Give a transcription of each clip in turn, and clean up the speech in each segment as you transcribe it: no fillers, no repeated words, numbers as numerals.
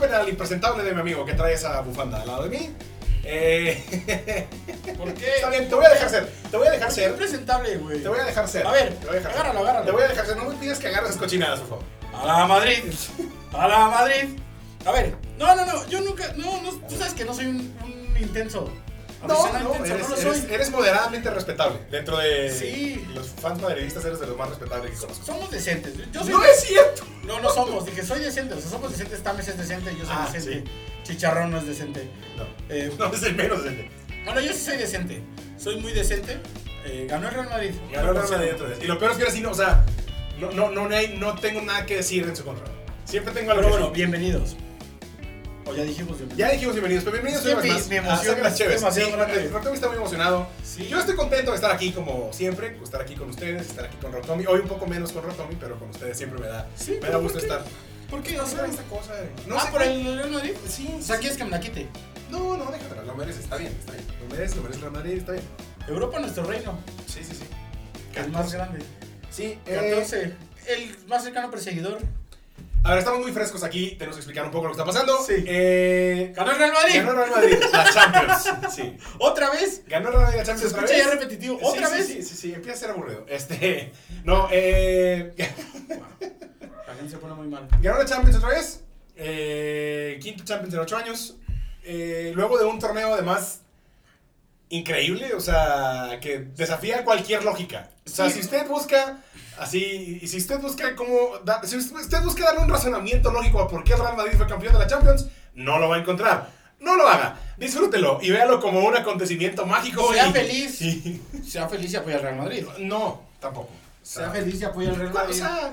Presenten al impresentable de mi amigo que trae esa bufanda al lado de mí. ¿Por qué? Está bien, te voy a dejar ser. Te voy a dejar ser. Impresentable, güey. Te voy a dejar ser. A ver, te voy a dejar ser. agárralo. Te voy a dejar ser. No me pidas que agarres esas cochinadas, por favor. A la Madrid. A la Madrid. A ver, no, yo nunca, tú sabes que no soy un intenso. Eres moderadamente respetable. Dentro de sí. los fans madridistas eres de los más respetables que conozco. Somos decentes. ¡No es cierto! No somos. Dije, soy decente. O sea, somos decentes. Tames es decente. Yo soy decente. Sí. Chicharrón no es decente. No es el menos decente. Bueno, yo sí soy decente. Soy muy decente. Ganó el Real Madrid. Ganó el Real Madrid otra vez. Y lo peor es que ahora sí, no, o sea, no tengo nada que decir en su contra. Siempre tengo algo que decir. Bueno, bienvenidos. O ya dijimos bienvenidos. Ya dijimos bienvenidos, pero bienvenidos una vez más. Mi emoción las chéves. es Sí, grande. Rocktomi está muy emocionado. Sí. Yo estoy contento de estar aquí como siempre, estar aquí con ustedes, estar aquí con Rocktomi. Hoy un poco menos con Rocktomi, pero con ustedes siempre me da gusto estar. ¿Por qué? No sé esta cosa. No sé, ¿por el Real Madrid? Sí. O sea, ¿quieres que me la quite? No, déjatela, lo mereces, está bien. Lo merece el Real Madrid, está bien. Europa, nuestro reino. Sí. El más grande. Sí, 14. El más cercano perseguidor. A ver, estamos muy frescos aquí, tenemos que explicar un poco lo que está pasando. Sí. Ganó el Real Madrid. Ganó el Real Madrid, la Champions. Sí. ¿Otra vez? Ganó el Real Madrid la Champions otra vez. Se escucha ya repetitivo. ¿Otra vez? Sí, empieza a ser aburrido. No, La gente se pone muy mal. ganó la Champions otra vez. Quinto Champions en 8 años. Luego de un torneo además increíble, o sea, que desafía cualquier lógica. O sea, si usted busca así, y si usted busca si usted busca darle un razonamiento lógico a por qué el Real Madrid fue campeón de la Champions, no lo va a encontrar. No lo haga, disfrútelo y véalo como un acontecimiento mágico. Sea feliz. Sea feliz y apoya al Real Madrid. No, tampoco. Sea feliz y apoya al Real Madrid. O sea,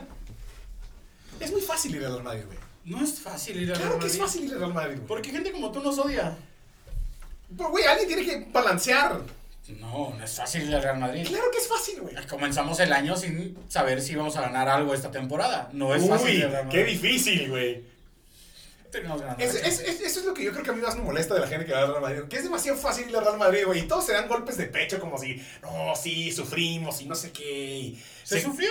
es muy fácil ir al Real Madrid, güey. No es fácil ir al Real Claro Madrid. que es fácil ir al Real Madrid, güey. Porque gente como tú nos odia. Pues, güey, alguien tiene que balancear. No es fácil ir al Real Madrid. Claro que es fácil, güey. Comenzamos el año sin saber si íbamos a ganar algo esta temporada. No es fácil ir al Real Madrid. Qué difícil, güey. Tenemos ganas. Eso es lo que yo creo que a mí más me molesta de la gente que va al Real Madrid. Que es demasiado fácil ir al Real Madrid, güey. Y todos se dan golpes de pecho como si, no, sí, sufrimos y no sé qué. Y ¿Se sufrió?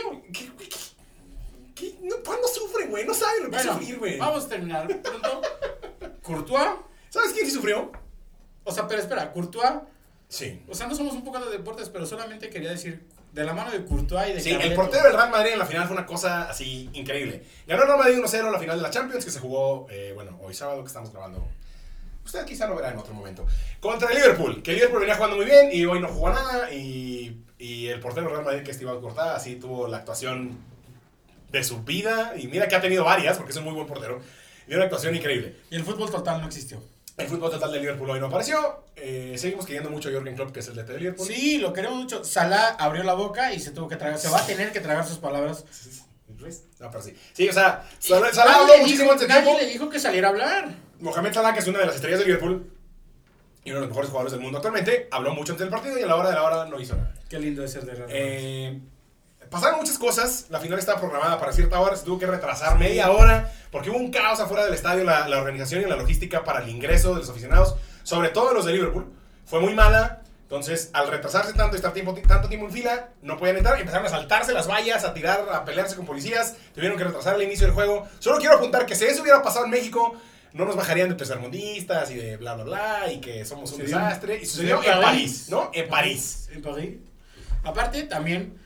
¿Qué? No, ¿cuándo sufren, güey? No saben lo que es sufrir, güey. Vamos a terminar pronto. Courtois. ¿Sabes quién sí sufrió? O sea, pero espera, Courtois. Sí. O sea, no somos un poco de deportes, pero solamente quería decir, de la mano de Courtois y de Sí, Carleto. el portero del Real Madrid en la final fue una cosa así increíble. Ganó el Real Madrid 1-0 la final de la Champions, que se jugó, hoy sábado que estamos grabando. Usted quizá lo verá en otro momento. Contra el Liverpool, que el Liverpool venía jugando muy bien y hoy no jugó nada. Y el portero del Real Madrid, que es Thibaut Courtois, así tuvo la actuación de su vida. Y mira que ha tenido varias, porque es un muy buen portero. Y una actuación increíble. Y el fútbol total no existió. El fútbol total de Liverpool hoy no apareció. Seguimos queriendo mucho a Jürgen Klopp, que es el DT de Liverpool. Sí, lo queremos mucho. Salah abrió la boca y se tuvo que tragar. Se va a tener que tragar sus palabras. No, pero sí. Sí, o sea, Salah habló muchísimo en ese tiempo. Nadie le dijo que saliera a hablar. Mohamed Salah, que es una de las estrellas de Liverpool y uno de los mejores jugadores del mundo actualmente, habló mucho antes del partido y a la hora de la hora no hizo nada. Qué lindo es ser de Real Madrid. Pasaron muchas cosas. La final estaba programada para cierta hora. Se tuvo que retrasar media hora porque hubo un caos afuera del estadio. La organización y la logística para el ingreso de los aficionados, sobre todo los de Liverpool, fue muy mala. Entonces, al retrasarse tanto y estar tanto tiempo en fila, no podían entrar. Empezaron a saltarse las vallas, a tirar, a pelearse con policías. Tuvieron que retrasar el inicio del juego. Solo quiero apuntar que si eso hubiera pasado en México, no nos bajarían de tercermundistas y de bla, bla, bla, y que somos un desastre. Y sucedió en París, ¿no? En París. En París. Aparte, también,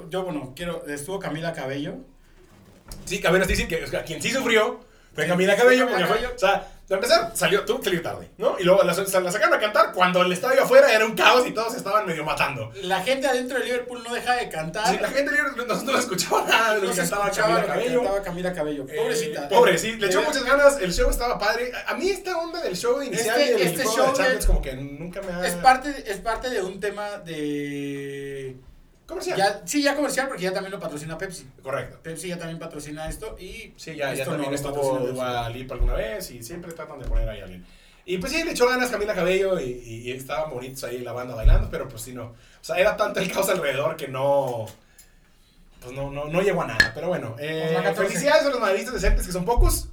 estuvo Camila Cabello. Sí, cabe decir que quien sí sufrió fue Camila Cabello. O sea, para empezar, tuvo que salir tarde, ¿no? Y luego la sacaron a cantar cuando el estadio afuera era un caos y todos se estaban medio matando. La gente adentro de Liverpool no deja de cantar. Sí, la gente de Liverpool no escuchaba nada de lo que cantaba Camila Cabello. Pobrecita. Pobre, sí, le echó muchas ganas, el show estaba padre. A mí esta onda del show inicial y del juego de Champions como que nunca me ha... Es parte de un tema de... Comercial. Ya comercial, porque ya también lo patrocina Pepsi. Correcto. Pepsi ya también patrocina esto y... Sí, ya esto también no estuvo Dua Lipa alguna vez y siempre tratan de poner ahí a alguien. Y pues sí, le echó ganas Camila Cabello y estaban bonitos ahí la banda bailando, pero pues sí no. O sea, era tanto el caos alrededor que no... Pues no llegó a nada, pero bueno. Felicidades a los madridistas decentes, que son pocos.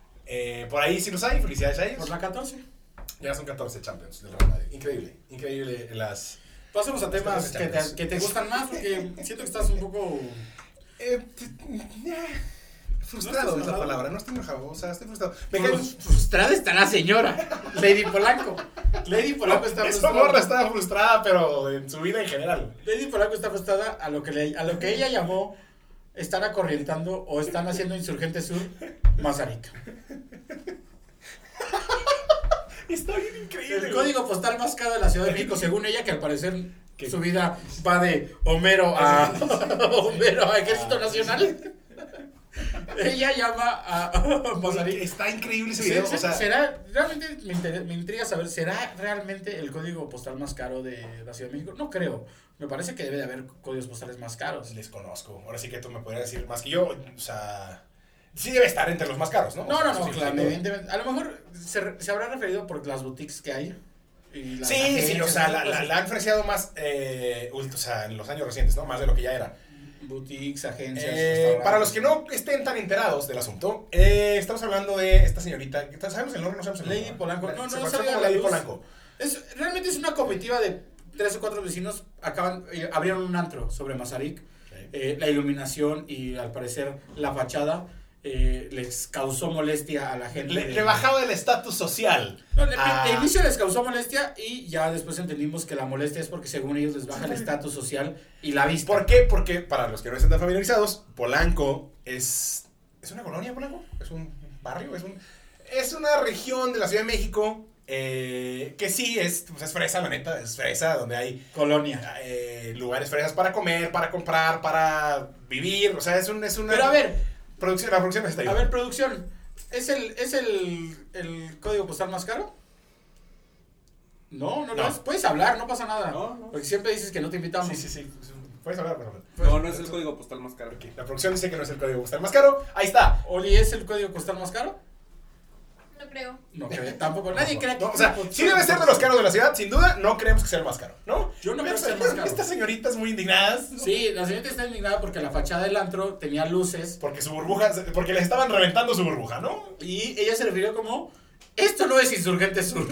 Por ahí sí los hay, felicidades a ellos. Por la 14. Ya son 14 Champions del Real Madrid. Increíble las... Pasemos a temas que te gustan más, porque siento que estás un poco... Frustrado ¿No es la estás palabra, no estoy enojado, o sea, estoy frustrado. Me enojado? cae- Frustrada está la señora, Lady Polanco. Lady Polanco está Esa frustrada. morra estaba frustrada, pero en su vida en general. Lady Polanco está frustrada a lo que ella llamó están acorrientando o están haciendo Insurgente Sur Mazarik. Está bien increíble. El código postal más caro de la Ciudad de México, según ella, que al parecer su vida va de Homero a Ejército Nacional. Ella llama a Mazarik. Está increíble ese video, o sea, ¿Será, realmente me intriga saber, ¿será realmente el código postal más caro de la Ciudad de México? No creo. Me parece que debe de haber códigos postales más caros. desconozco. Ahora sí que tú me podrías decir más que yo, o sea, sí debe estar entre los más caros, ¿no? No, O sea, no, sí, claro, sí, evidentemente. A lo mejor se habrá referido por las boutiques que hay. Y las Sí, agencias, o sea, ¿no? la han ofrecido más, o sea, en los años recientes, ¿no? Más de lo que ya era. Boutiques, agencias. Para los que no estén tan enterados del asunto, estamos hablando de esta señorita, ¿sabemos el nombre? No sabemos el nombre. Lady Polanco. No, Se no conoce sabía como la Lady luz. Polanco. Realmente es una comitiva de 3 o 4 vecinos. Abrieron un antro sobre Mazarik. La iluminación y al parecer la fachada les causó molestia a la gente. Le bajaba el estatus social. No, de inicio les causó molestia y ya después entendimos que la molestia es porque según ellos les baja el estatus social y la vista. ¿Por qué? Porque, para los que no estén tan familiarizados, Polanco ¿es una colonia, Polanco? ¿Es un barrio? Es una región de la Ciudad de México que sí, es fresa, la neta, es fresa, donde hay Colonia. lugares fresas para comer, para comprar, para vivir, o sea, es una... Pero a ver, la producción está ahí. a ver, producción, ¿es el código postal más caro? No lo es. Puedes hablar, no pasa nada. No. Porque siempre dices que no te invitamos. Sí. Puedes hablar, por favor. No es el código postal más caro. La producción dice que no es el código postal más caro. Ahí está. Oli, ¿es el código postal más caro? No creo. No creo, tampoco. Nadie cree que... No, o sea, sí debe ser de los caros de la ciudad, sin duda. No creemos que sea el más caro, ¿no? Yo no creo que sea el más caro. Estas señoritas muy indignadas. ¿No? Sí, la señorita está indignada porque la fachada del antro tenía luces Porque su burbuja, porque les estaban reventando su burbuja, ¿no? y ella se refirió como, esto no es Insurgente Sur.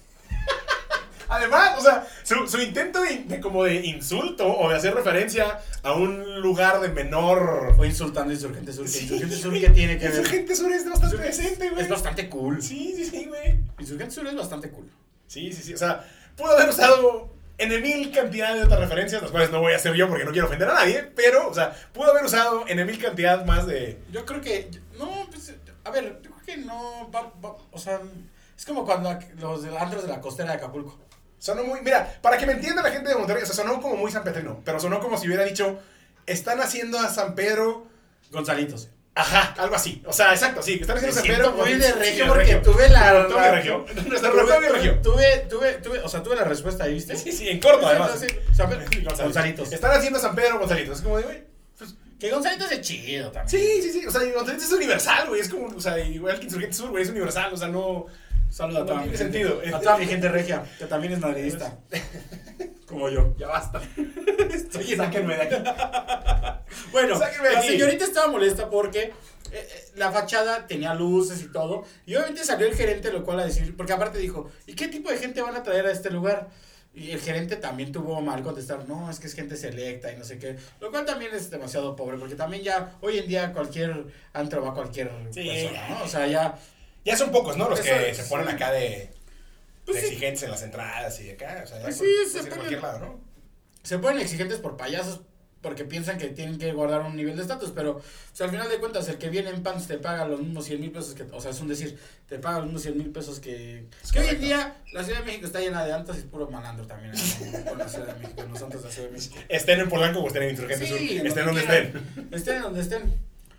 Además, o sea, su intento como de insulto o de hacer referencia a un lugar de menor... Fue insultando a Insurgente Sur. Sí, Insurgente Sur, güey. ¿qué tiene que ver? Insurgente Sur es bastante decente, güey. Es bastante cool. Sí, güey. Insurgente Sur es bastante cool. Sí. O sea, pudo haber usado en mil cantidad de otras referencias, las cuales no voy a hacer yo porque no quiero ofender a nadie, pero, o sea, pudo haber usado en mil cantidad más de... Yo creo que, no, pues, a ver, yo creo que no, o sea, es como cuando los antros de la costera de Acapulco. Sonó muy... Mira, para que me entienda la gente de Monterrey, o sea, sonó como muy sanpetrino, pero sonó como si hubiera dicho, están haciendo a San Pedro... Gonzalitos. Ajá, algo así. O sea, exacto, sí, están haciendo Me San Pedro... siento muy de Sí, regio de porque regio. tuve la... Nuestro rector de regio. Nuestro rector de regio. Tuve la respuesta ahí, ¿viste? Sí, en corto, además. Sí, San Pedro- Gonzalitos. Están haciendo a San Pedro Gonzalitos. Es como de, güey, pues... Que Gonzalitos es chido también. Sí. O sea, Gonzalitos es universal, güey. Es como, o sea, igual que Insurgente Sur, güey, es universal. O sea, no... Saludos a No toda mi tiene gente. sentido. A toda mi gente regia, que también es madridista. Como yo. Ya basta. Estoy en Sáquenme de aquí. Bueno, Sáquenme de la aquí. señorita estaba molesta porque la fachada tenía luces y todo. Y obviamente salió el gerente, lo cual a decir, porque aparte dijo, ¿y qué tipo de gente van a traer a este lugar? Y el gerente también tuvo mal contestar, no, es que es gente selecta y no sé qué. Lo cual también es demasiado pobre, porque también ya, hoy en día cualquier antro va a cualquier persona, ¿no? O sea, ya... Ya son pocos, ¿no? Los Eso que es, se ponen sí. acá de Pues sí. exigentes en las entradas y acá. O sea, ya Pues por- sí, puede se ser en ponen- cualquier lado, ¿no? Se ponen exigentes por payasos porque piensan que tienen que guardar un nivel de estatus, pero o sea, al final de cuentas el que viene en pants te paga los mismos 100,000 pesos que, o sea, es un decir, te paga los mismos 100,000 pesos que hoy en correcto. día la Ciudad de México está llena de antas y puro malandro también con la Ciudad de México, en los santos de la Ciudad de México. Estén en Polanco o estén en Insurgente Sur. Sí, Estén donde quieran. estén. Estén donde estén.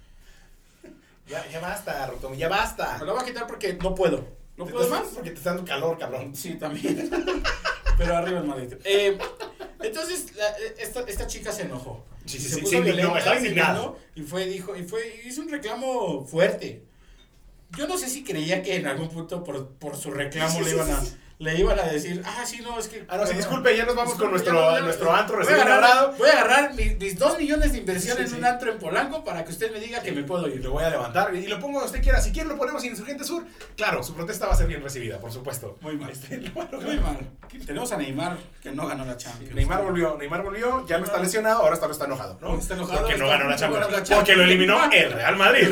Ya basta, Rotomi, ya basta. Me lo voy a quitar porque no puedo. ¿No puedo más? Porque te está dando calor, cabrón. Sí, también. Pero arriba el Madrid. Entonces, esta chica se enojó. Sí, Se sí, puso sí, no, violenta, estaba se indignado. indignó y hizo un reclamo fuerte. Yo no sé si creía que en algún punto por su reclamo Sí, le le iban a decir, sí, no, es que... Ah, no, sí, disculpe, ya nos vamos con Disculpe, nuestro antro voy recién a inaugurado. agarrar mis 2 millones de inversión Sí, en sí. un antro en Polanco para que usted me diga que me puedo Y ir. lo voy a levantar y lo pongo donde usted quiera. Si quiere lo ponemos en Insurgente Sur. Claro, su protesta va a ser bien recibida, por supuesto. Muy mal. Lo va a lograr. Muy mal. Tenemos a Neymar, que no ganó la Champions. Neymar volvió, ya no está lesionado, ahora está enojado, ¿no? Está enojado, Porque no está- ganó la no Champions. ganó la Champions. Porque lo eliminó el Real Madrid.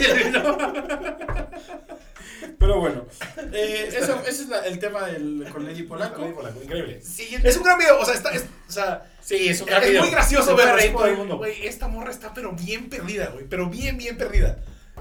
Pero bueno, ese es el tema con Lady Polanco. Increíble. Siguiente. Es un gran video, o sea, Sí, es un gran es video. muy gracioso Se puede verlo. reír Es todo el como, mundo. güey, esta morra está pero bien perdida, güey, pero bien perdida.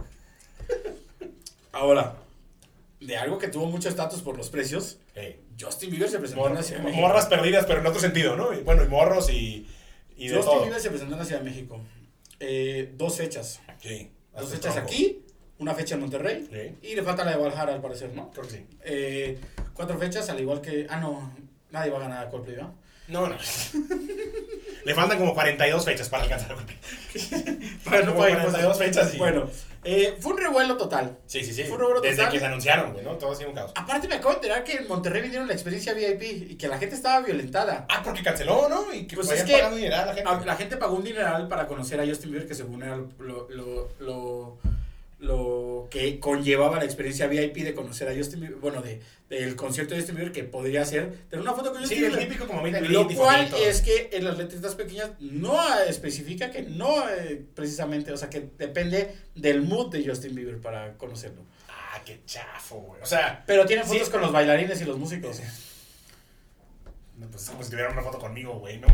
Ahora, de algo que tuvo mucho estatus por los precios, Hey. Justin Bieber se presentó en la Ciudad de México. Morras perdidas, pero en otro sentido, ¿no? Y, bueno, y morros y de Justin todo. Bieber se presentó en la Ciudad de México. 2 fechas. Sí. 2 hasta fechas tronco. aquí, una fecha en Monterrey. Sí. Y le falta la de Guadalajara, al parecer, ¿no? Creo que sí. 4 fechas, al igual que... no, nadie va a ganar a Coldplay, ¿no? No. Le faltan como 42 fechas para alcanzar a cumplir. Para no Como pagar 42 fechas. Y... Bueno, fue un revuelo total. Sí. Fue un revuelo Desde total. que se anunciaron, güey, ¿no? Todo ha sido un caos. Aparte me acabo de enterar que en Monterrey vinieron la experiencia VIP y que la gente estaba violentada. Ah, porque canceló, ¿no? Y que Pues vayan es que pagando dineral a la gente. La gente pagó un dineral para conocer a Justin Bieber, que según era lo que conllevaba la experiencia VIP de conocer a Justin Bieber, bueno, del concierto de Justin Bieber, que podría ser tener una foto con Justin Sí, el Bieber. típico como mira Lo cual es que en las letritas pequeñas no especifica que no precisamente, o sea, que depende del mood de Justin Bieber para conocerlo. Ah, qué chafo, güey. O sea, Pero tienen fotos Sí. con los bailarines y los músicos. no, pues es como si tuvieran una foto conmigo, güey. No,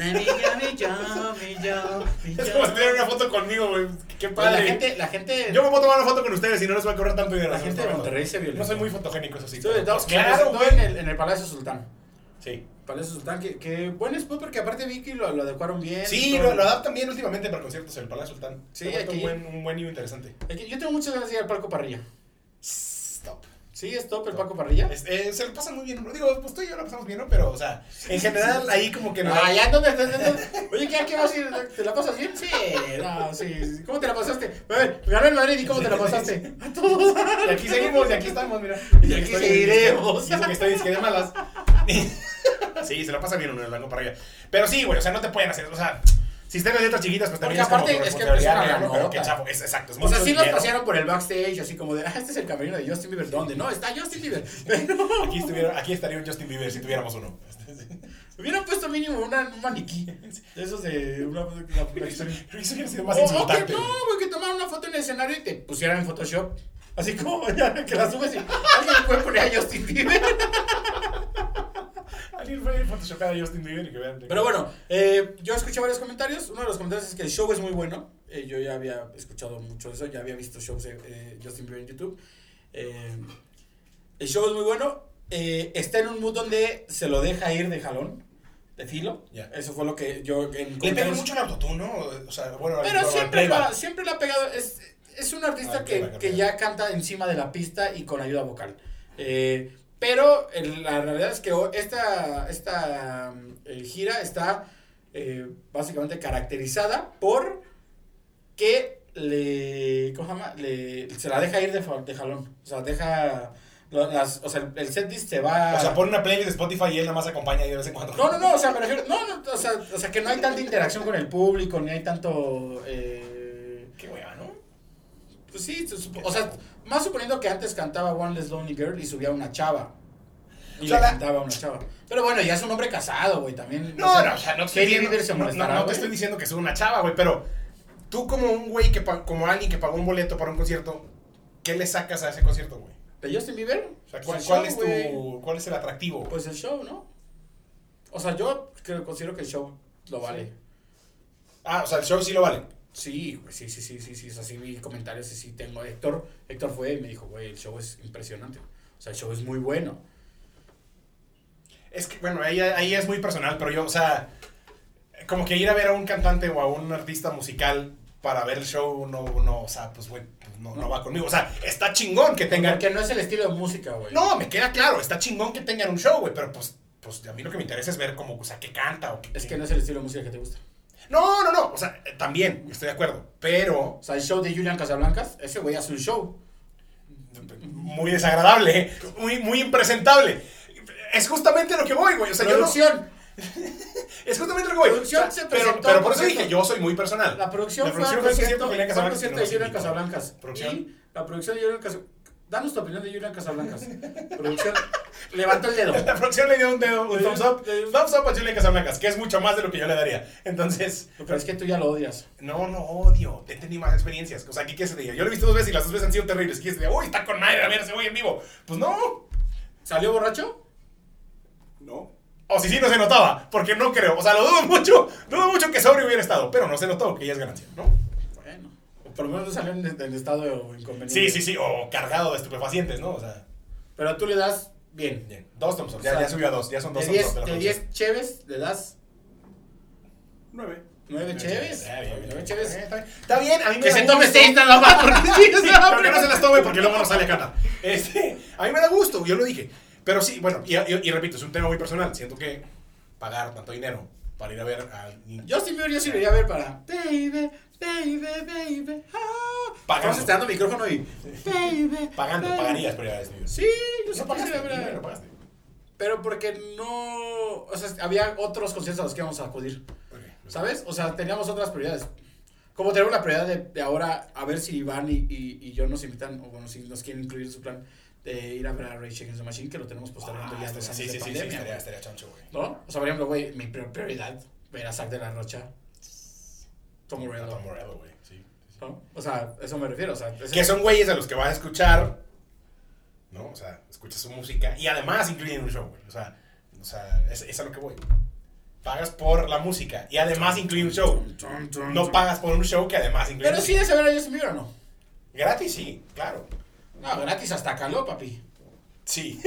es como si tuvieran una foto conmigo, güey. Qué Pues padre. la gente Yo me puedo tomar una foto con ustedes y no les voy a correr tanto dinero. La gente de Monterrey se violentó. No soy muy fotogénico, eso sí. Sí, pero, no, pues, se claro, presentó güey. en el Palacio Sultán. Sí. Palacio Sultán, que buen spot porque aparte vi que lo adecuaron bien. Sí, todo. lo adaptan bien últimamente para conciertos, el Palacio Sultán. Sí, Se ha vuelto aquí- un buen niño interesante. Yo tengo muchas ganas de ir al Palco Parrilla. Stop. Sí, es top el Palco Parrilla. Se lo pasa muy bien. Digo, pues tú y yo lo pasamos bien, ¿no? Pero, o sea, en general, ahí como que no. Ya, ¿dónde? Oye, ¿qué vas a ir? ¿Te la pasas bien? Sí, no, sí. ¿Cómo te la pasaste? A ver, ganó el Madrid y ¿cómo te la pasaste? A todos. Y aquí seguimos, y aquí estamos, mira. Y aquí seguiremos. Y eso que estoy disque de malas. Sí, se lo pasa bien uno en el banco para allá. Pero sí, güey, o sea, no te pueden hacer, o sea, si están en letras chiquitas, pues también Porque aparte es como tu es que responsabilidad, es una ¿no? Pero qué granota. chafo, es exacto. Es O sea, mucho sí nos dinero. pasearon por el backstage, así como de, este es el camerino de Justin Bieber. ¿Dónde? No, está Justin Bieber. Aquí estaría un Justin Bieber si tuviéramos uno. Hubieran puesto mínimo un maniquí. De esos de la historia. Creo que eso hubiera sido más O que insultante. no, güey, que tomaran una foto en el escenario y te pusieran en Photoshop. Así como ya que la subes y alguien le puede poner a Justin Bieber. Alguien fue a photoshopear a Justin Bieber y que vean. Pero bueno, yo escuché varios comentarios. Uno de los comentarios es que el show es muy bueno. Yo ya había escuchado mucho de eso, ya había visto shows de Justin Bieber en YouTube. El show es muy bueno. Está en un mood donde se lo deja ir de jalón, de filo. Ya. Eso fue lo que yo en Le pega comentarios- mucho el autotune, ¿no? O sea, bueno, Pero al siempre playback. siempre le ha pegado. Es un artista Al que playback. ya canta encima de la pista y con ayuda vocal. Pero la realidad es que esta gira está básicamente caracterizada por que ¿cómo se llama? Se la deja ir de jalón. O sea, deja. O sea, el setlist se va. O sea, pone una playlist de Spotify y él nada más acompaña ahí de vez en cuando. No, o sea, me refiero. No, o sea, que no hay tanta interacción con el público, ni hay tanto. Qué hueva, ¿no? Pues sí, o sea, más suponiendo que antes cantaba One Less Lonely Girl y subía una chava. Y O sea, le cantaba a una chava. Pero bueno, ya es un hombre casado, güey, también. No, o sea, no te estoy Katy diciendo, Bieber se no, molestará, no te güey. estoy diciendo que soy una chava, güey, pero tú como un güey como alguien que pagó un boleto para un concierto, ¿qué le sacas a ese concierto, güey? ¿De Justin Bieber? O sea, Pues ¿cuál el es show, güey. cuál es el atractivo? Pues el show, ¿no? O sea, yo considero que el show lo vale. Ah, o sea, el show sí lo vale. Sí, güey, sí. O sea, sí vi comentarios y sí tengo. Héctor fue y me dijo, güey, el show es impresionante. O sea, el show es muy bueno. Es que, bueno, ahí es muy personal, pero yo, o sea, como que ir a ver a un cantante o a un artista musical para ver el show, no, o sea, pues, güey, no va conmigo. O sea, está chingón que tengan... Porque no es el estilo de música, güey. No, me queda claro, está chingón que tengan un show, güey, pero pues a mí lo que me interesa es ver cómo, o sea, qué canta o qué... Es que no es el estilo de música que te gusta. No, o sea, también, estoy de acuerdo, pero O sea, el show de Julian Casablancas, ese güey hace un show. muy desagradable, muy impresentable. Es justamente lo que voy, güey. O sea, Producción. Es justamente lo que voy. Producción se presentó pero al por eso concierto. dije, yo soy muy personal. La producción fue al fue concierto Julián de Casablancas. Julián Casablancas. Producción. Y la producción de Julián Casablancas. Danos tu opinión de Julián Casablancas. Producción levantó el dedo. La producción le dio un dedo, un thumbs up. Le- Thumbs up a Julián Casablancas, que es mucho más de lo que yo le daría. Entonces, Pero es que tú ya lo odias. no odio. He tenido más experiencias. O sea, ¿qué quieres que te diga? Yo lo he visto 2 veces y las 2 veces han sido terribles. ¿Qué quieres que te diga? Uy, está con madre a ver ese güey en vivo. Pues no. ¿Salió borracho? No. O si sí, no se notaba. Porque no creo. O sea, lo dudo mucho. Dudo mucho que sobrio hubiera estado. Pero no se notó, que ya es ganancia, ¿no? Bueno. O por lo menos no salió en estado inconveniente. Sí. O cargado de estupefacientes, ¿no? O sea, Pero tú le das bien. bien. 2 thumbs up. O Ya, sea, ya subió a 2. Ya son 2 De thumbs up 10 de la de producción. 10 cheves le das 9. 9 cheves. Bien. 9 cheves. Está bien, a mí me Que da se tome gusto. 6 nada más porque sigues Sí, pero que no se las tome porque luego no sale a cata. A mí me da gusto, yo lo dije. Pero sí, bueno, y repito, es un tema muy personal. Siento que pagar tanto dinero para ir a ver a alguien. Justin Bieber yo sí lo iría a ver para Baby, baby, ah. Pagando. Estamos estrenando micrófono y Baby. Pagando, baby. pagarías por ir a este video. Sí, yo sí No pagaste, quisiera ver a- no pagaste. Pero porque no, o sea, había otros conciertos a los que íbamos a acudir, Ok. ¿sabes? O sea, teníamos otras prioridades. Como tenemos la prioridad de ahora a ver si Iván y yo nos invitan, o bueno, si nos quieren incluir en su plan de ir a ver a Rage Against the Machine, que lo tenemos postergando ya 2 años Sí, de pandemia. estaría choncho, güey. ¿No? O sea, por ejemplo, güey, mi prioridad, ver a Zack de la Rocha, Tom Tom Morello, Morello, güey, sí. ¿no? O sea, eso me refiero, o sea, Que son güeyes a los que vas a escuchar, ¿no? O sea, escuchas su música y además incluyen un show, güey. O sea es a lo que voy. Pagas por la música y además incluye un show. No pagas por un show que además incluye Pero sí música. es ver a Justin Bieber o no. Gratis, sí, claro. No, gratis hasta caló, papi. Sí.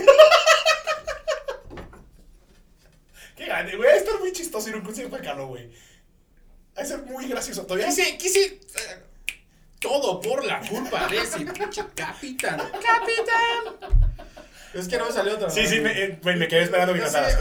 Qué grande, güey. Va a estar muy chistoso ir a un concierto de Cano, güey. Va a ser muy gracioso. Todavía Quise todo por la culpa de ese pinche capitán. ¡Capitán! Es que no me salió otra. Sí, me quedé esperando que cantaras.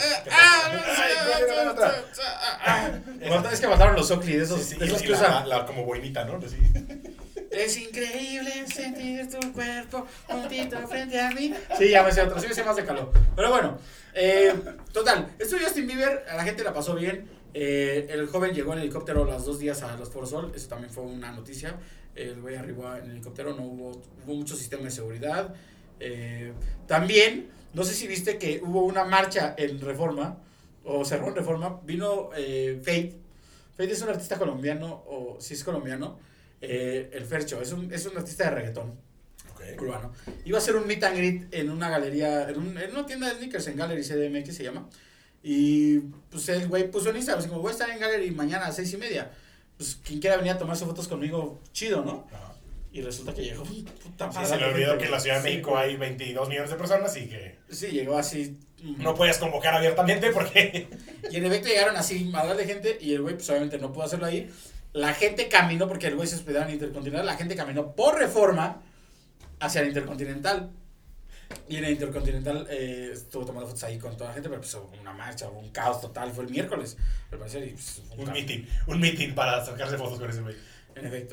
Es que mataron los Oakley, de esos, Sí, de esos y que usan. la como boinita, ¿no? Así. Es increíble sentir tu cuerpo juntito frente a mí. Sí, ya me sé otro, sí me sé más de calor. Pero bueno, total, esto de Justin Bieber, a la gente la pasó bien. El joven llegó en helicóptero los 2 días a los Forosol, eso también fue una noticia. El güey arribó en el helicóptero, no hubo mucho sistema de seguridad. También, no sé si viste que hubo una marcha en Reforma, o cerró en Reforma, vino Fate. Fate es un artista colombiano, o si es colombiano, el Fercho, es un artista de reggaetón urbano. Iba a hacer un meet and greet en una galería, en una tienda de sneakers, en Gallery CDMX se llama. Y pues el güey puso en Instagram, así como voy a estar en Gallery mañana a 6:30. Pues quien quiera venir a tomarse fotos conmigo, chido, ¿no? Ajá. Y resulta que llegó puta Sí, madre se le de olvidó gente. que en la Ciudad de Sí, México güey. hay 22 millones de personas y que Sí, llegó así. no puedes convocar abiertamente porque... Y en efecto llegaron así madres de gente y el güey pues obviamente no pudo hacerlo ahí. La gente caminó, porque el güey se hospedaba en Intercontinental, la gente caminó por Reforma hacia el Intercontinental. Y en el Intercontinental estuvo tomando fotos ahí con toda la gente, pero pues hubo una marcha, hubo un caos total, fue el miércoles, al parecer, y pues, fue Un caos. meeting para sacarse fotos con ese güey. En efecto.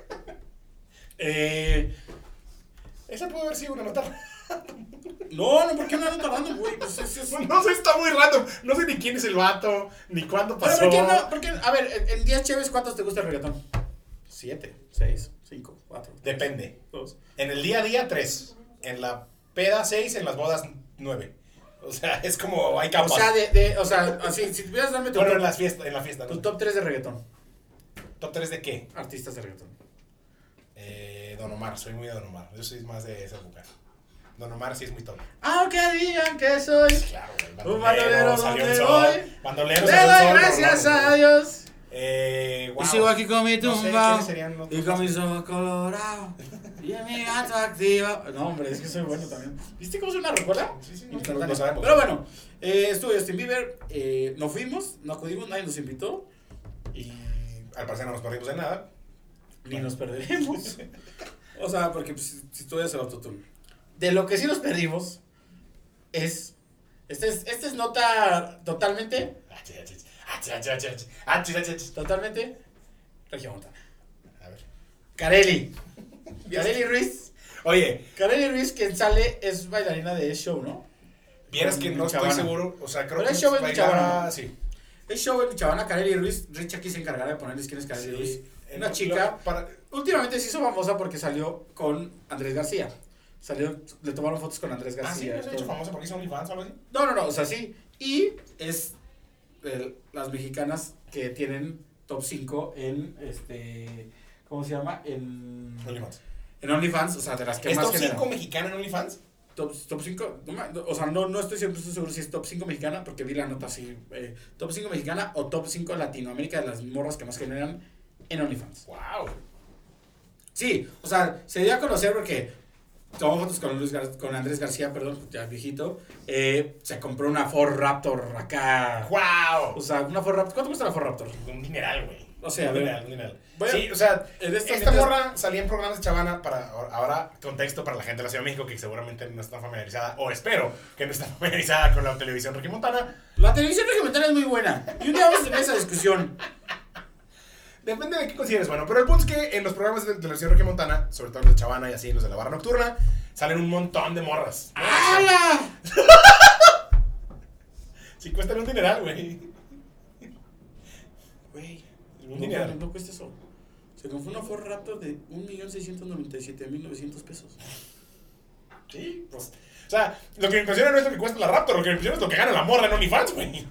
Esa puede haber sido una nota. No, ¿por qué no ando tardando, güey? Pues No sé, está muy random. No sé ni quién es el vato, ni cuándo Pero pasó. ¿por qué no? Porque, a ver, en 10 cheves, ¿cuántos te gusta el reggaetón? 7, 6, 5, 4. Depende. 2. En el día a día, 3. En la peda, 6. En las bodas, 9. O sea, es como hay capas. O sea, así, si tuvieras darme tu, Bueno, top, en la fiesta, tu ¿no? top 3 de reggaetón, ¿Top 3 de qué? artistas de reggaetón. Don Omar, soy muy de Don Omar. Yo soy más de esa época. Don Omar sí es muy top. Aunque digan que soy Claro, güey. un bandolero salió el donde sol. voy, Bandolero le salió el doy sol. gracias Don Omar, a Dios. wow. Y sigo aquí con mi No sé, tumba ¿quiénes serían los y dos? con mis ojos colorados y en mi gato activa. No, hombre, es que soy bueno también. ¿Viste cómo suena recuerda? Sí, Instantáneo. lo sabemos. Pero bueno, estuvo Justin Bieber, no fuimos, no acudimos, nadie nos invitó y Al parecer no nos perdimos de nada. ni nos perderemos. O sea, porque pues, si tú eres el autotune. De lo que sí nos perdimos es. Esta es nota totalmente. Totalmente. Regiomontana. A ver. Carelli. Carelli Ruiz. Oye, Carelli Ruiz, quien sale, es bailarina de show, ¿no? Vieras que no estoy Chavana. seguro, o sea, creo Pero que el show es va a de ir a- Chavana. sí. El show en Chavana, Kareli Ruiz. Rich aquí se encargará de ponerles quién es Kareli Sí. Ruiz. Una chica. Últimamente se hizo famosa porque salió con Andrés García. Le tomaron fotos con Andrés Ah, sí, García. no se ha hecho famosa porque hizo OnlyFans o algo así. No, o sea, sí. Y es las mexicanas que tienen top 5 en ¿cómo se llama? En OnlyFans, o sea, de las que ¿Es más top 5 generan. mexicana en OnlyFans? Top 5, o sea, no estoy siempre seguro si es top 5 mexicana, porque vi la nota así, top 5 mexicana o top 5 Latinoamérica de las morras que más generan en OnlyFans. ¡Wow! Sí, o sea, se dio a conocer porque tomó fotos con Andrés García, perdón, ya viejito, se compró una Ford Raptor acá. O ¡Wow! sea, una Ford Raptor, ¿cuánto cuesta la Ford Raptor? Un dineral, güey. O sea, a un ver. dineral, un dineral. Voy a- Sí, o sea, en esta mientras- morra salía en programas de Chavana para, ahora, contexto para la gente de la Ciudad de México que seguramente no está familiarizada, o espero que no está familiarizada con la televisión regiomontana. La televisión regiomontana es muy buena. Y un día vamos a tener esa discusión. Depende de qué consideres bueno, pero el punto es que en los programas de televisión regiomontana, sobre todo los de Chavana y así, los de la barra nocturna, salen un montón de morras. ¡Hala! Sí, cuestan un dineral, güey. Güey, Un dineral. no cuesta eso. Se compró una Ford Raptor de 1.697.900 pesos. Sí, pues. O sea, lo que me impresiona no es lo que cuesta la Raptor, lo que me impresiona es lo que gana la morra en OnlyFans, güey.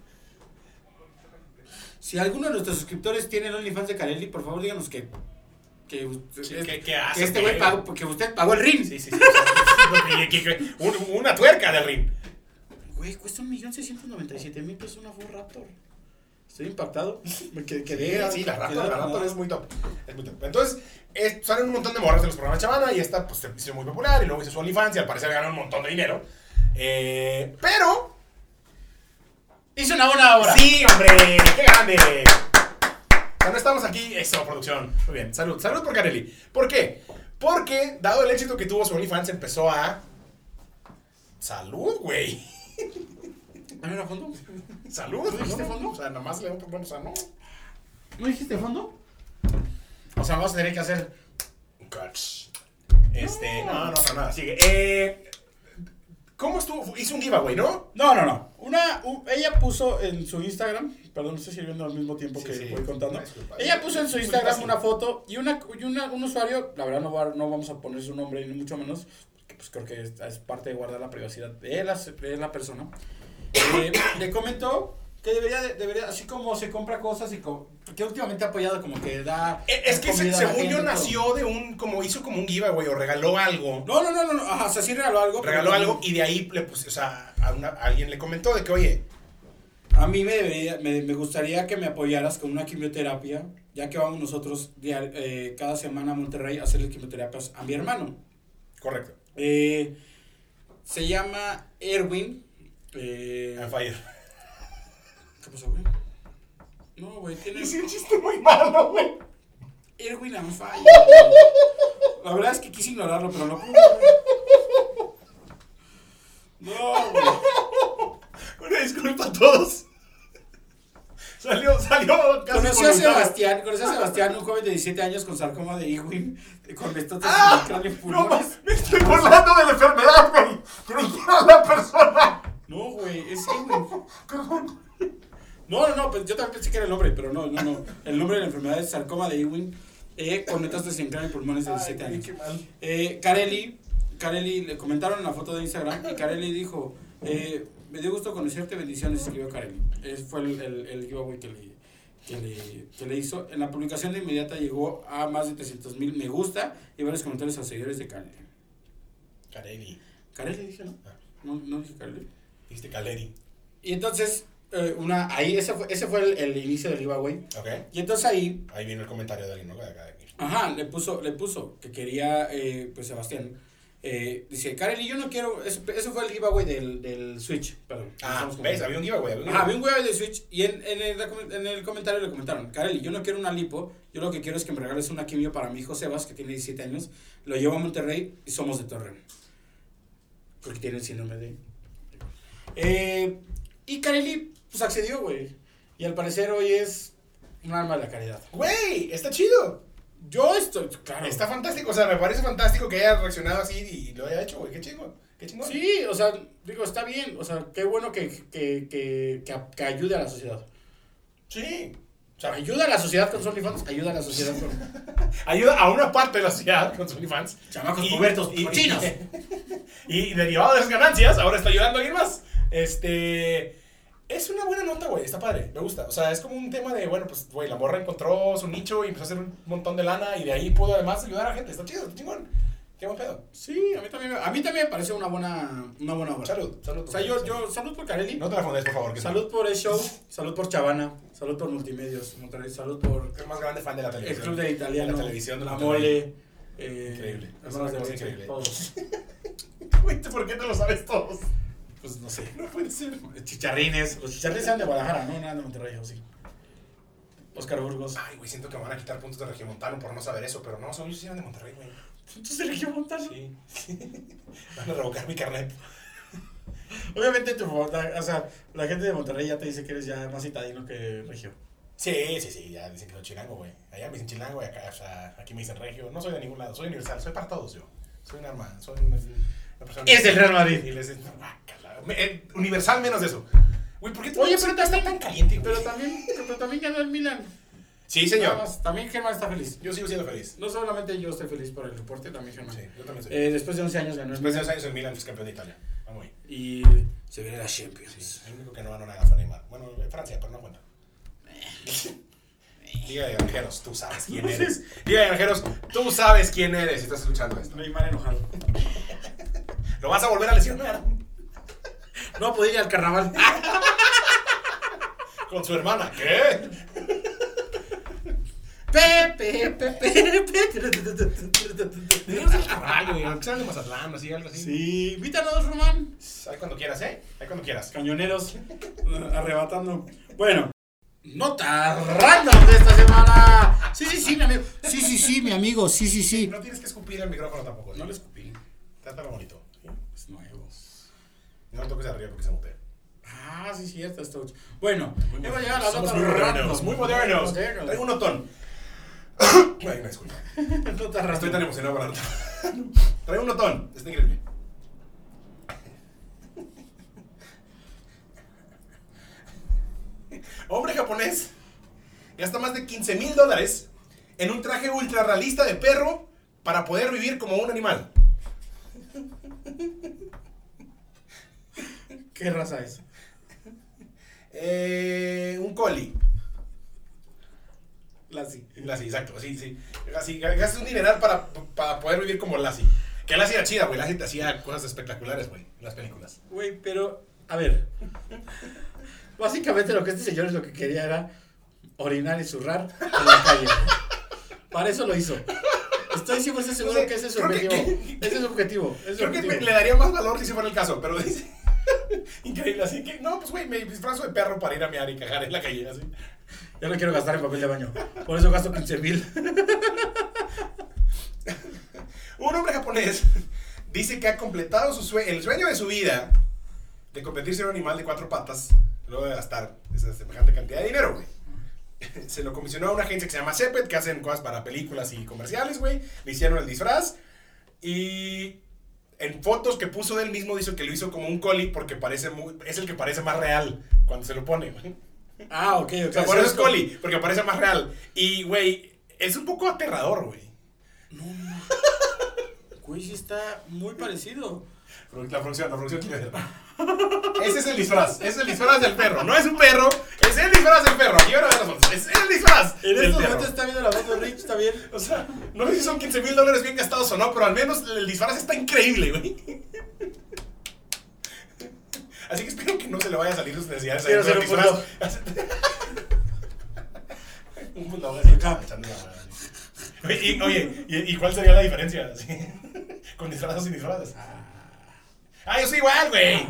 Si alguno de nuestros suscriptores tiene el OnlyFans de Kareli, por favor díganos que ¿Qué hace? que este güey pagó, porque usted pagó el RIN. Sí. O sea, una tuerca del ring. Güey, cuesta 1.697.000 pesos una Ford Raptor. Estoy impactado. Me quedé. Sí, la Raptor es muy top. Es muy top. Entonces, salen un montón de morras de los programas de Chavana y esta pues se hizo muy popular y luego hizo su OnlyFans y al parecer ganó un montón de dinero. Pero... Hizo una buena obra. ¡Sí, hombre! ¡Qué grande! Cuando estamos aquí, eso, producción. Muy bien, salud por Kareli. ¿Por qué? Porque, dado el éxito que tuvo su OnlyFans, empezó a... ¡Salud, güey! ¿No era fondo? ¡Salud! ¿No dijiste fondo? O sea, nada más le doy bueno, o sea, no. ¿No dijiste fondo? O sea, vamos a tener que hacer. Guts. No, para nada. Sigue. ¿Cómo estuvo? Hizo un giveaway, ¿no? No. Ella puso en su Instagram, perdón, no estoy sirviendo al mismo tiempo que Sí. voy contando. Disculpa. Ella puso en su Muy Instagram fácil. una foto y un usuario, la verdad no vamos a poner su nombre ni mucho menos, porque pues creo que es parte de guardar la privacidad de la persona. Le comentó que debería, así como se compra cosas y que últimamente ha apoyado como que da. Es que comida a la según yo gente, nació de hizo como un giveaway o regaló algo. No, ajá, o sea, sí regaló algo. Regaló pero- algo y de ahí le puse, o sea, alguien le comentó de que, oye, A mí me gustaría que me apoyaras con una quimioterapia, ya que vamos nosotros cada semana a Monterrey a hacerle quimioterapias a mi hermano. correcto, Se llama Erwin. I'm fire. ¿Qué pasó, güey? No, güey, tiene... Es un chiste muy malo, güey. Erwin on fire. La verdad es que quise ignorarlo, pero no pude. No, güey. Una disculpa a todos. Salió casi Conocí a voluntario. Sebastián, un joven de 17 años con sarcoma de Ewing, con metotas ¡Ah! en el cráneo y No, pulmones. me estoy burlando de la enfermedad, güey. Creí que era la persona. No, güey, es Ewing. No, pues yo también pensé que era el nombre, pero no. El nombre de la enfermedad es sarcoma de Ewing, con metástasis en cráneo y pulmones de 17 Ay, años. qué mal. Kareli, le comentaron en la foto de Instagram y Kareli dijo, me dio gusto conocerte, bendiciones, escribió Kareli. Ese fue el giveaway que le hizo. En la publicación de inmediata llegó a más de 300,000 me gusta y varios comentarios a seguidores de Kareli. Caleri. Kareli dije, ¿no? No dije Kareli. Dijiste Caleri. Y entonces, ese fue el inicio del giveaway. Ok. Y entonces ahí, Ahí viene el comentario de alguien, ¿no? De acá. ajá, le puso que quería, pues Sebastián, dice, Kareli, yo no quiero, eso fue el giveaway del Switch, perdón. ¿Ves? Había un giveaway. Ajá, había un giveaway del Switch y en el comentario le comentaron, Kareli, yo no quiero una lipo, yo lo que quiero es que me regales una quimio para mi hijo Sebas, que tiene 17 años, lo llevo a Monterrey y somos de Torreón. Porque tiene el síndrome de... y Kareli, pues accedió, güey. Y al parecer hoy es un alma de la caridad. Güey, está chido. Yo estoy, claro. Está fantástico. O sea, me parece fantástico que haya reaccionado así y lo haya hecho, güey. Qué chido. Qué chingón. Sí, o sea, digo, está bien. O sea, qué bueno que ayude a la sociedad. Sí. O sea, ayuda a la sociedad con sus OnlyFans, ayuda a la sociedad con Ayuda a una parte de la sociedad con sus OnlyFans. chamacos pubertos, cochinos. Y derivado de esas ganancias, ahora está ayudando a alguien más. Es una buena nota, güey. Está padre. Me gusta. O sea, es como un tema de, bueno, pues, güey, la morra encontró su nicho y empezó a hacer un montón de lana y de ahí pudo además ayudar a gente. Está chido, está chingón. Qué buen pedo. Sí, a mí también me parece una buena obra. Salud, salud. O sea, yo salud por Carelli. No te la fundes, por favor. Que Salud por el show, salud por Chavana, salud por Multimedios, Monterrey, salud por soy el más grande fan de la el televisión. Club de Italiano, De la televisión de la Monterrey. Mole, Increíble. Hermanos de Es Leche, increíble. todos. Güey, ¿por qué te lo sabes todos? Pues no sé. No puede ser. Chicharrines, los chicharrines eran de Guadalajara, no nada de Monterrey, o sí. Oscar Burgos. Ay, güey, siento que me van a quitar puntos de Regiomontano por no saber eso, pero no, son ellos sí eran de Monterrey, güey. Entonces eligió Montano. Sí. Van a revocar mi carnet. Obviamente o sea, la gente de Monterrey ya te dice que eres ya más citadino que regio. Sí, ya dicen que soy chilango, güey. Allá me dicen chilango y acá, o sea, aquí me dicen regio. No soy de ningún lado, soy universal, soy para todos yo. Soy un arma, soy una persona... Es del Real Madrid. Y les dicen, guácala. Universal menos de eso. Güey, ¿por qué tú Oye, no pero está también, tan caliente, güey? pero también ganó el Milan. Sí, Nada señor. más, también Germán está feliz. Yo sigo siendo feliz. No solamente yo estoy feliz por el deporte, también Germán. Sí, yo también soy. Después de 11 años ganó el Después de Milan. 2 años el Milan es campeón de Italia. Vamos ahí. Y se viene la Champions. Sí, el único que no ganó nada fue Neymar. Bueno, Francia, pero no cuenta. Liga de Granjeros, tú sabes quién eres. Liga de Granjeros, tú sabes quién eres si estás escuchando esto. Neymar enojado. Lo vas a volver a lesionar No puede ir al carnaval. con su hermana. ¿Qué? Pepe. Deberíamos ir al caballo, güey. Aunque sea de Mazatlán, así, algo así. Sí, invítanos, Román. Ahí cuando quieras, ¿eh? Ahí cuando quieras. Cañoneros arrebatando. Bueno, nota random de esta semana. Sí, mi amigo. Sí, mi amigo. Sí. No tienes que escupir el micrófono tampoco. ¿sí? No le escupí. Trátalo bonito. ¿sí? Es nuevo. No le toques arriba porque se mutea. Ah, sí, cierto, esto. Bueno, hemos llegado a las Somos notas muy random. modernos, muy modernos. Modernos. Traigo un notón. Ay, me disculpa. Nota random. Estoy tan emocionado por la nota. Traigo un notón. Está increíble. Hombre japonés gasta más de $15,000 en un traje ultra realista de perro para poder vivir como un animal. ¿Qué raza es? Un collie. Lassie. Lassie, exacto, sí. Así, gastas un dineral para poder vivir como Lassie. Que Lassie era chida, güey. Lassie te hacía cosas espectaculares, güey, en las películas. Güey, pero, a ver. Básicamente lo que este señor es lo que quería era orinar y zurrar en la calle. Para eso lo hizo. Estoy 100% seguro No sé, que ese es su creo objetivo. que- Ese es su objetivo. Ese es su Creo que objetivo. le daría más valor si ese fuera el caso, pero dice... Increíble, así que, no, pues, güey, me disfrazo de perro para ir a mear y cagar en la calle, así. Yo no quiero gastar en papel de baño. Por eso gasto 15,000. Un hombre japonés dice que ha completado el sueño de su vida de convertirse en un animal de 4 patas luego de gastar esa semejante cantidad de dinero, güey. Se lo comisionó a una agencia que se llama Cepet, que hacen cosas para películas y comerciales, güey. Le hicieron el disfraz y en fotos que puso de él mismo dice que lo hizo como un collie porque es el que parece más real cuando se lo pone, güey. Ah, ok. O sea, por eso es collie, porque parece más real. Y, güey, es un poco aterrador, güey. Güey, sí está muy parecido. La producción quiere ver. Ese es el disfraz del perro. No es un perro, es el disfraz del perro. Aquí van a ver las fotos. Es el disfraz En del estos perro. momentos está viendo la foto de Rich, ¿está bien? O sea, no sé si son $15,000 bien gastados o no, pero al menos el disfraz está increíble, güey. Así que espero que no se le vaya a salir sus necesidades Quiero adentro del ser un disfraz. Un bulldog así, echando la mano. Oye, ¿y cuál sería la diferencia? Así, con disfraz o sin disfraz. Yo soy igual, güey.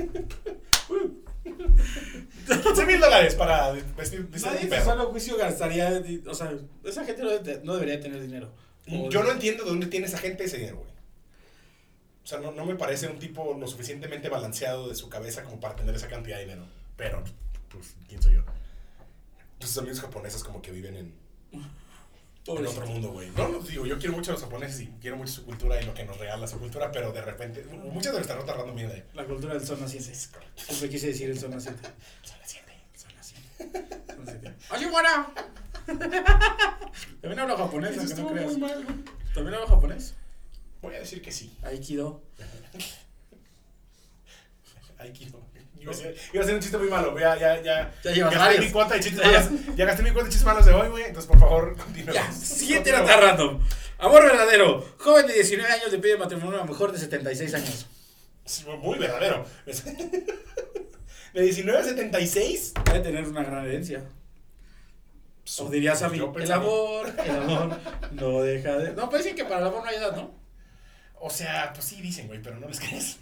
$15,000 para vestir Nadie un en su perro. sano juicio gastaría. O sea, esa gente no debería tener dinero. Yo no entiendo de dónde tiene esa gente ese dinero, güey. O sea, no me parece un tipo lo suficientemente balanceado de su cabeza como para tener esa cantidad de dinero. Pero, pues, ¿quién soy yo? Tus amigos japoneses como que viven en en otro mundo, güey. No, digo, yo quiero mucho a los japoneses y quiero mucho su cultura y lo que nos regala su cultura, pero de repente, muchas de nuestras notas random vienen de ahí. La cultura del sol naciente. Siempre quise decir el sol naciente. Son las 7. Sol naciente. ¡Oye, buena! También hablo japonés, aunque no creas. También hablo japonés. Voy a decir que sí. Aikido. Aikido. Iba a hacer un chiste muy malo. Ya llevas gasté varios. mi cuota de chistes malos. Ya gasté mi cuota de chistes malos de hoy, güey. Entonces, por favor, continúa. Ya, siguiente nota random. Amor verdadero. Joven de 19 años le pide matrimonio a una mujer de 76 años. Muy verdadero. De 19 a 76. Debe tener una gran herencia. O dirías a mí, el amor no deja de... No, pues dicen que para el amor no hay edad, ¿no? O sea, pues sí dicen, güey, pero no les crees.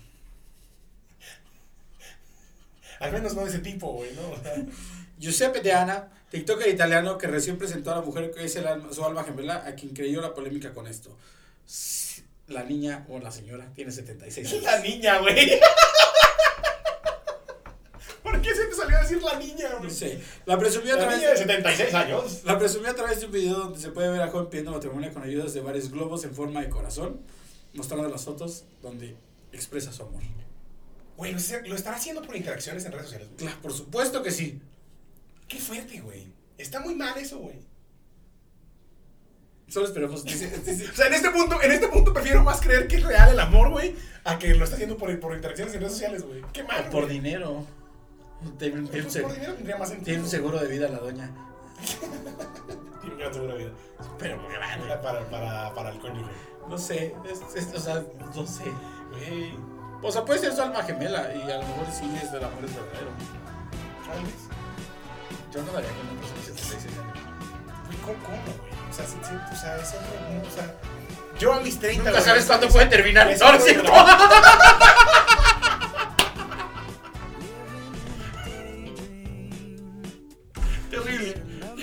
Al menos no de ese tipo, güey, ¿no? O sea, Giuseppe De Anna, tiktoker italiano que recién presentó a la mujer que es su alma gemela, a quien creyó la polémica con esto. La niña o la señora tiene 76 años. la niña, güey. ¿Por qué se te salió a decir la niña, güey? No sé. La presumió a La través niña de 76 años. La presumió a través de un video donde se puede ver a joven pidiendo matrimonio con ayudas de varios globos en forma de corazón, mostrando las fotos donde expresa su amor. Güey, lo estará haciendo por interacciones en redes sociales, güey. Claro, por supuesto que sí. Qué fuerte, güey. Está muy mal eso, güey. Solo esperemos. O sea, en este punto prefiero más creer que es real el amor, güey, a que lo está haciendo por interacciones en redes sociales, güey. Qué mal, Por güey. dinero. Tiene Por dinero tendría más sentido. un seguro de vida la doña. Tiene un gran seguro de vida. Pero muy grande. Para el cónyuge. No sé. O sea, no sé. Güey. O sea, puede ser su alma gemela y a lo mejor sí es del amor es verdadero. Tal vez. Yo no daría con una persona de 76 años. Güey, ¿cómo, güey? O sea, o sea, es otro mundo, o sea... Yo a mis 30... Nunca sabes cuándo puede terminar. Eso No, es es cierto. Terrible.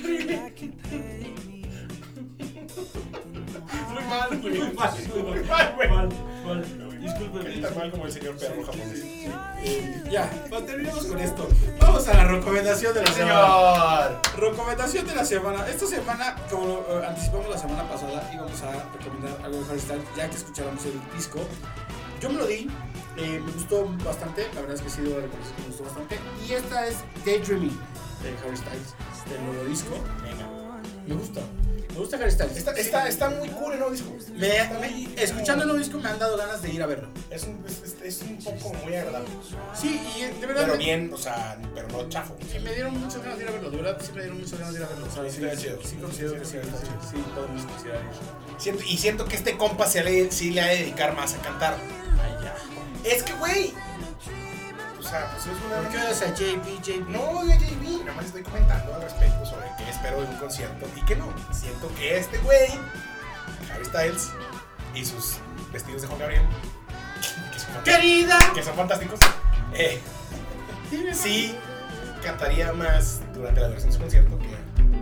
Muy mal, güey. Muy mal, güey. Disculpe, tan mal como el señor perro japonés. Ya, terminemos con esto. Vamos a la recomendación de la semana. Señor. Recomendación de la semana. Esta semana, como lo anticipamos la semana pasada, íbamos a recomendar algo de Harry Styles, ya que escucháramos el disco. Yo me lo di, me gustó bastante, la verdad es que sí, debo reconocer que me gustó bastante. Y esta es Daydreaming de Harry Styles, del nuevo disco. Venga. Me gusta Harry Styles. Está muy cool el nuevo disco. Escuchando el nuevo disco me han dado ganas de ir a verlo. Es un poco muy agradable. Sí, y de verdad. Pero bien, o sea, pero no chafo. Sí, me dieron muchas ganas de ir a verlo, de verdad, sí me dieron muchas ganas de ir a verlo. O sea, Sí, está chido. Sí, considero que sí, sí, podemos considerar eso. Siento que este compa sí le ha de dedicar más a cantar. Ay, ya. Es que, güey. O sea, pues es una... ¿Por qué odias a JB? No, de JB, nada más estoy comentando al respecto sobre qué espero de un concierto y qué no. Siento que este güey, Harry Styles, y sus vestidos de Juan Gabriel, ¡Querida! que son fantásticos, sí cantaría más durante la duración de su concierto que